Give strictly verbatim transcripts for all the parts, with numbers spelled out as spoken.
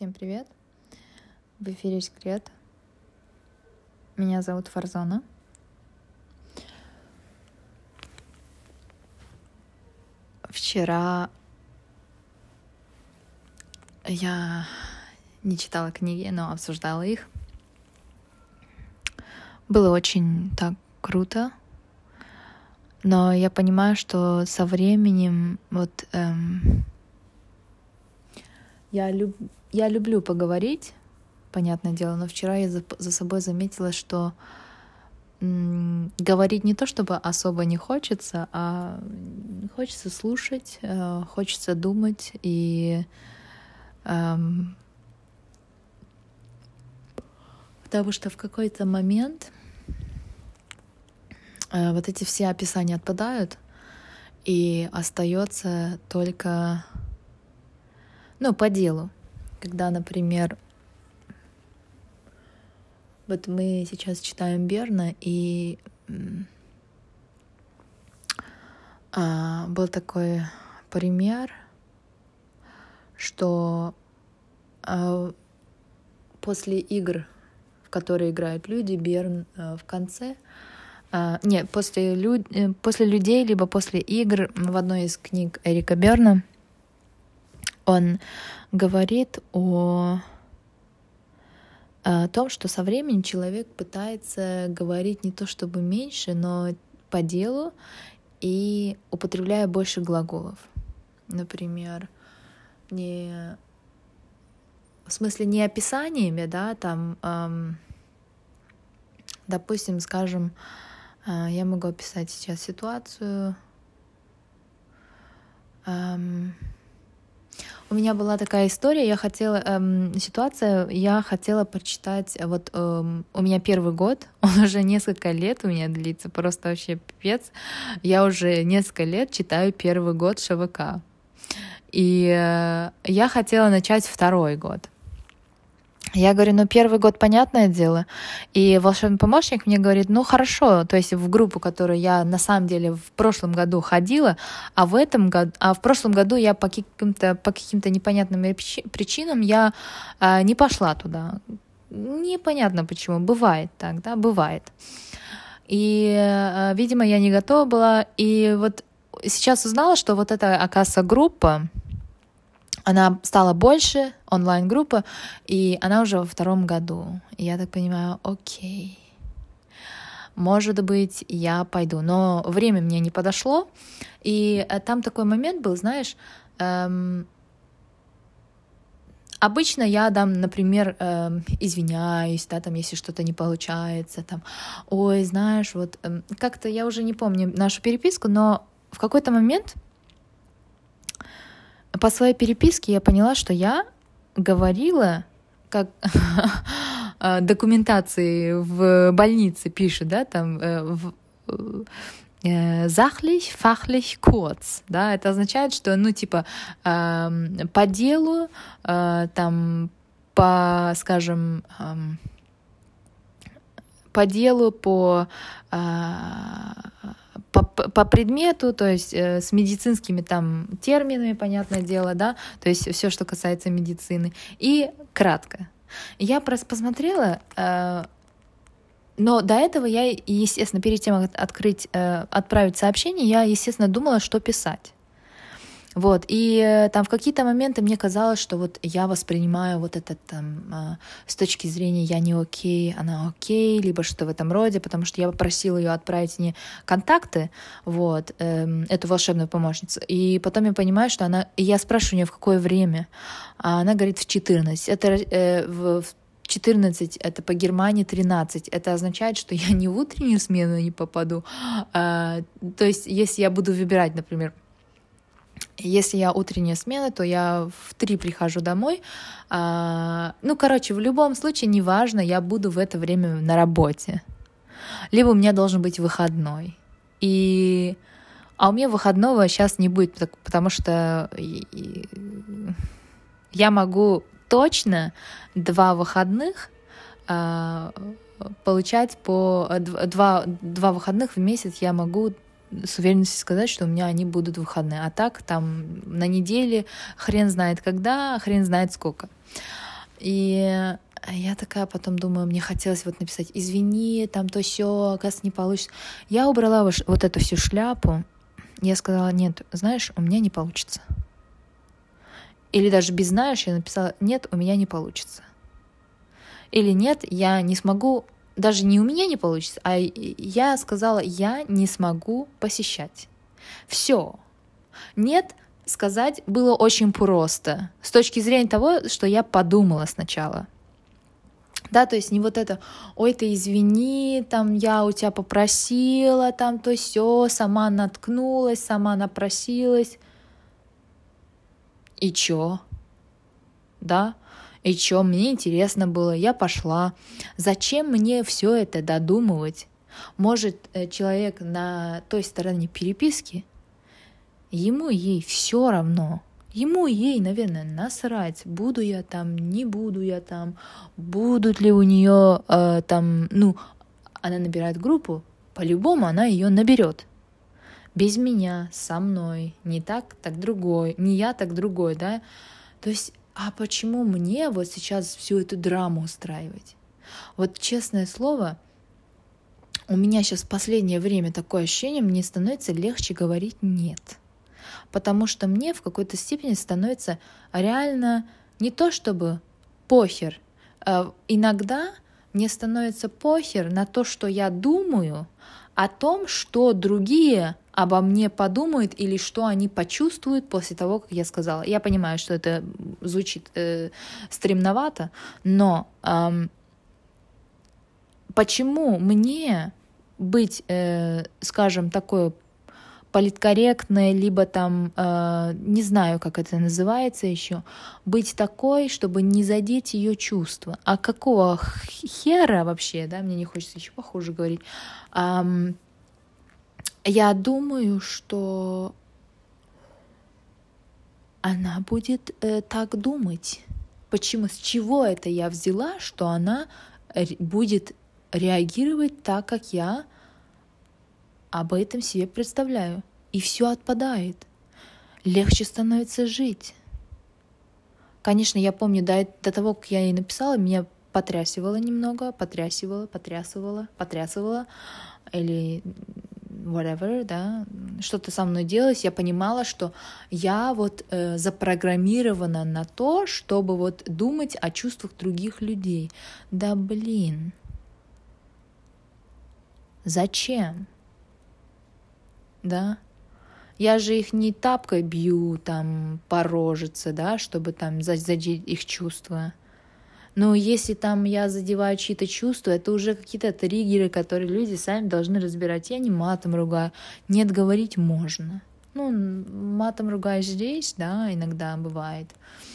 Всем привет! В эфире Секрет. Меня зовут Фарзона. Вчера я не читала книги, но обсуждала их. Было очень так круто. Но я понимаю, что со временем вот эм, я, люб, я люблю поговорить, понятное дело, но вчера я за, за собой заметила, что м, говорить не то чтобы особо не хочется, а хочется слушать, э, хочется думать и эм, потому что в какой-то момент э, вот эти все описания отпадают, и остается только, ну, по делу. Когда, например, вот мы сейчас читаем Берна, и а, был такой пример, что а, после игр, в которые играют люди, Берн а, в конце, а, нет, после, люд, после людей, либо после игр, в одной из книг Эрика Берна, он говорит о, о том, что со временем человек пытается говорить не то чтобы меньше, но по делу и употребляя больше глаголов. Например, не в смысле не описаниями, да, там, эм, допустим, скажем, э, я могу описать сейчас ситуацию. Эм, У меня была такая история, я хотела, эм, ситуация, я хотела прочитать, вот эм, у меня первый год, он уже несколько лет у меня длится, просто вообще пипец. Я уже несколько лет читаю первый год ШВК. И э, я хотела начать второй год. Я говорю, ну первый год, понятное дело. И волшебный помощник мне говорит, ну хорошо, то есть в группу, которую я на самом деле в прошлом году ходила, а в этом году, а в прошлом году я по каким-то, по каким-то непонятным причинам я а, не пошла туда. Непонятно почему, бывает так, да, бывает. И, а, видимо, я не готова была. И вот сейчас узнала, что вот эта, оказывается, группа, она стала больше, онлайн-группа, и она уже во втором году. И я так понимаю, окей, может быть, я пойду. Но время мне не подошло, и там такой момент был, знаешь, эм, обычно я, там, например, эм, извиняюсь, да, там, если что-то не получается, там, ой, знаешь, вот, эм, как-то я уже не помню нашу переписку, но в какой-то момент по своей переписке я поняла, что я говорила, как документации в больнице пишут, да, там sachlich, fachlich, kurz, да, это означает, что, ну, типа, по делу, там, по, скажем, по делу, по По, по предмету, то есть э, с медицинскими там терминами, понятное дело, да, то есть все, что касается медицины, и кратко. Я просто посмотрела, э, но до этого я, естественно, перед тем, как открыть, э, отправить сообщение, я, естественно, думала, что писать. Вот, и там в какие-то моменты мне казалось, что вот я воспринимаю вот это там с точки зрения я не окей, она окей, либо что в этом роде, потому что я попросила ее отправить мне контакты, вот, эм, эту волшебную помощницу, и потом я понимаю, что она, и я спрашиваю у нее, в какое время, а она говорит в четырнадцать, это э, в, в четырнадцать, это по Германии тринадцать, это означает, что я не в утреннюю смену не попаду, а, то есть если я буду выбирать, например, если я утренняя смена, то я в три прихожу домой. А, ну, короче, в любом случае, неважно, я буду в это время на работе. Либо у меня должен быть выходной. И... А у меня выходного сейчас не будет, потому что я могу точно два выходных а, получать по... Два, два выходных в месяц я могу с уверенностью сказать, что у меня они будут выходные. А так там на неделе хрен знает когда, хрен знает сколько. И я такая потом думаю, мне хотелось вот написать: извини, там то сё, оказывается, не получится. Я убрала вот эту всю шляпу. Я сказала: нет, знаешь, у меня не получится. Или даже без «знаешь» я написала: нет, у меня не получится. Или нет, я не смогу, даже не у меня не получится, а я сказала: я не смогу посещать. Все. Нет, сказать было очень просто. С точки зрения того, что я подумала сначала. Да, то есть не вот это: ой, ты извини, там я у тебя попросила, там то сё, сама наткнулась, сама напросилась. И чё? Да? И чё? Мне интересно было, я пошла. Зачем мне все это додумывать? Может, человек на той стороне переписки, ему ей все равно. Ему ей, наверное, насрать, буду я там, не буду я там, будут ли у нее э, там, ну, она набирает группу, по-любому она ее наберет. Без меня, со мной, не так, так другой, не я, так другой, да. То есть, а почему мне вот сейчас всю эту драму устраивать? Вот честное слово, у меня сейчас в последнее время такое ощущение, мне становится легче говорить «нет». Потому что мне в какой-то степени становится реально не то чтобы похер. Иногда мне становится похер на то, что я думаю о том, что другие обо мне подумают или что они почувствуют после того, как я сказала. Я понимаю, что это звучит э, стремновато, но э, почему мне быть, э, скажем, такой политкорректной, либо там, э, не знаю, как это называется еще, быть такой, чтобы не задеть ее чувства. А какого хера вообще, да, мне не хочется еще похуже говорить. Эм, я думаю, что она будет э, так думать. Почему, с чего это я взяла, что она будет реагировать так, как я об этом себе представляю. И все отпадает. Легче становится жить. Конечно, я помню, до, до того, как я ей написала, меня потрясивало немного, потрясивало, потрясывало, потрясывало, или whatever, да, что-то со мной делалось. Я понимала, что я вот э, запрограммирована на то, чтобы вот думать о чувствах других людей. Да блин. Зачем? Да, я же их не тапкой бью там по рожице, да, чтобы там задеть их чувства. Но если там я задеваю чьи-то чувства, это уже какие-то триггеры, которые люди сами должны разбирать. Я не матом ругаю. Нет, говорить можно. Ну, матом ругаешь здесь, да, иногда бывает.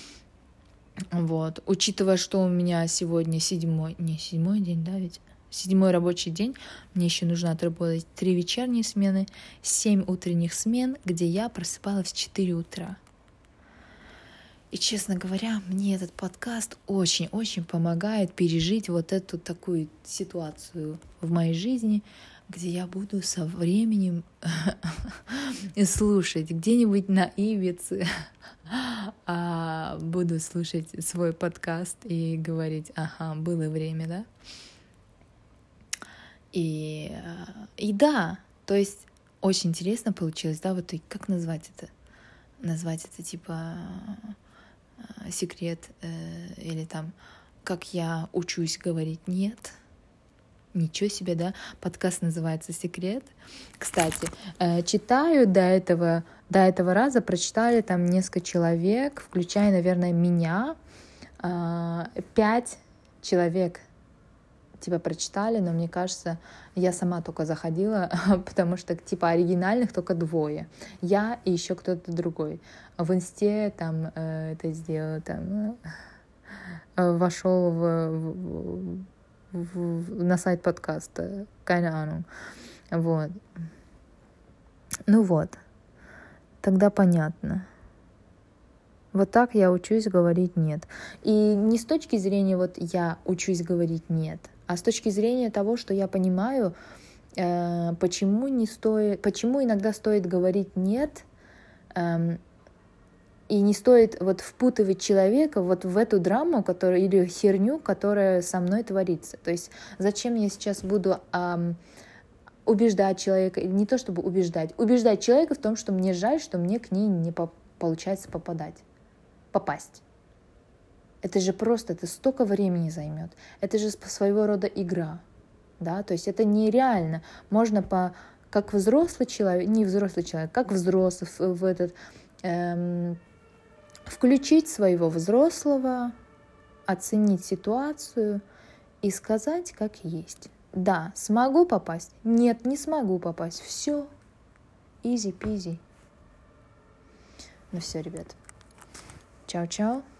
Вот. Учитывая, что у меня сегодня седьмой, не седьмой день, да, ведь? Седьмой рабочий день, мне еще нужно отработать три вечерние смены, семь утренних смен, где я просыпалась в четыре утра. И, честно говоря, мне этот подкаст очень-очень помогает пережить вот эту такую ситуацию в моей жизни, где я буду со временем слушать где-нибудь на Ибице, буду слушать свой подкаст и говорить: ага, было время, да? И, и да, то есть очень интересно получилось, да, вот и как назвать это? Назвать это типа секрет э, или там как я учусь говорить «нет». Ничего себе, да? Подкаст называется «Секрет». Кстати, э, читаю до этого, до этого раза, прочитали там несколько человек, включая, наверное, меня, э, пять человек типа прочитали, но мне кажется, я сама только заходила, потому что типа оригинальных только двое. Я и еще кто-то другой. В инсте там э, это сделал, там э, вошел в, в, в, на сайт подкаста. Keine Ahnung. Вот. Ну вот. Тогда понятно. Вот так я учусь говорить «нет». И не с точки зрения вот я учусь говорить «нет», а с точки зрения того, что я понимаю, э, почему не стоит, почему иногда стоит говорить «нет», э, И не стоит вот впутывать человека вот в эту драму, которая, или херню, которая со мной творится. То есть зачем я сейчас буду эм, убеждать человека, не то чтобы убеждать, убеждать человека в том, что мне жаль, что мне к ней не по- получается попадать, попасть. Это же просто, это столько времени займет. Это же своего рода игра. Да? То есть это нереально. Можно по, как взрослый человек, не взрослый человек, как взрослый в, в этот... Эм, включить своего взрослого, оценить ситуацию и сказать, как есть. Да, смогу попасть? Нет, не смогу попасть. Все. Изи-пизи. Ну все, ребят. Чао-чао.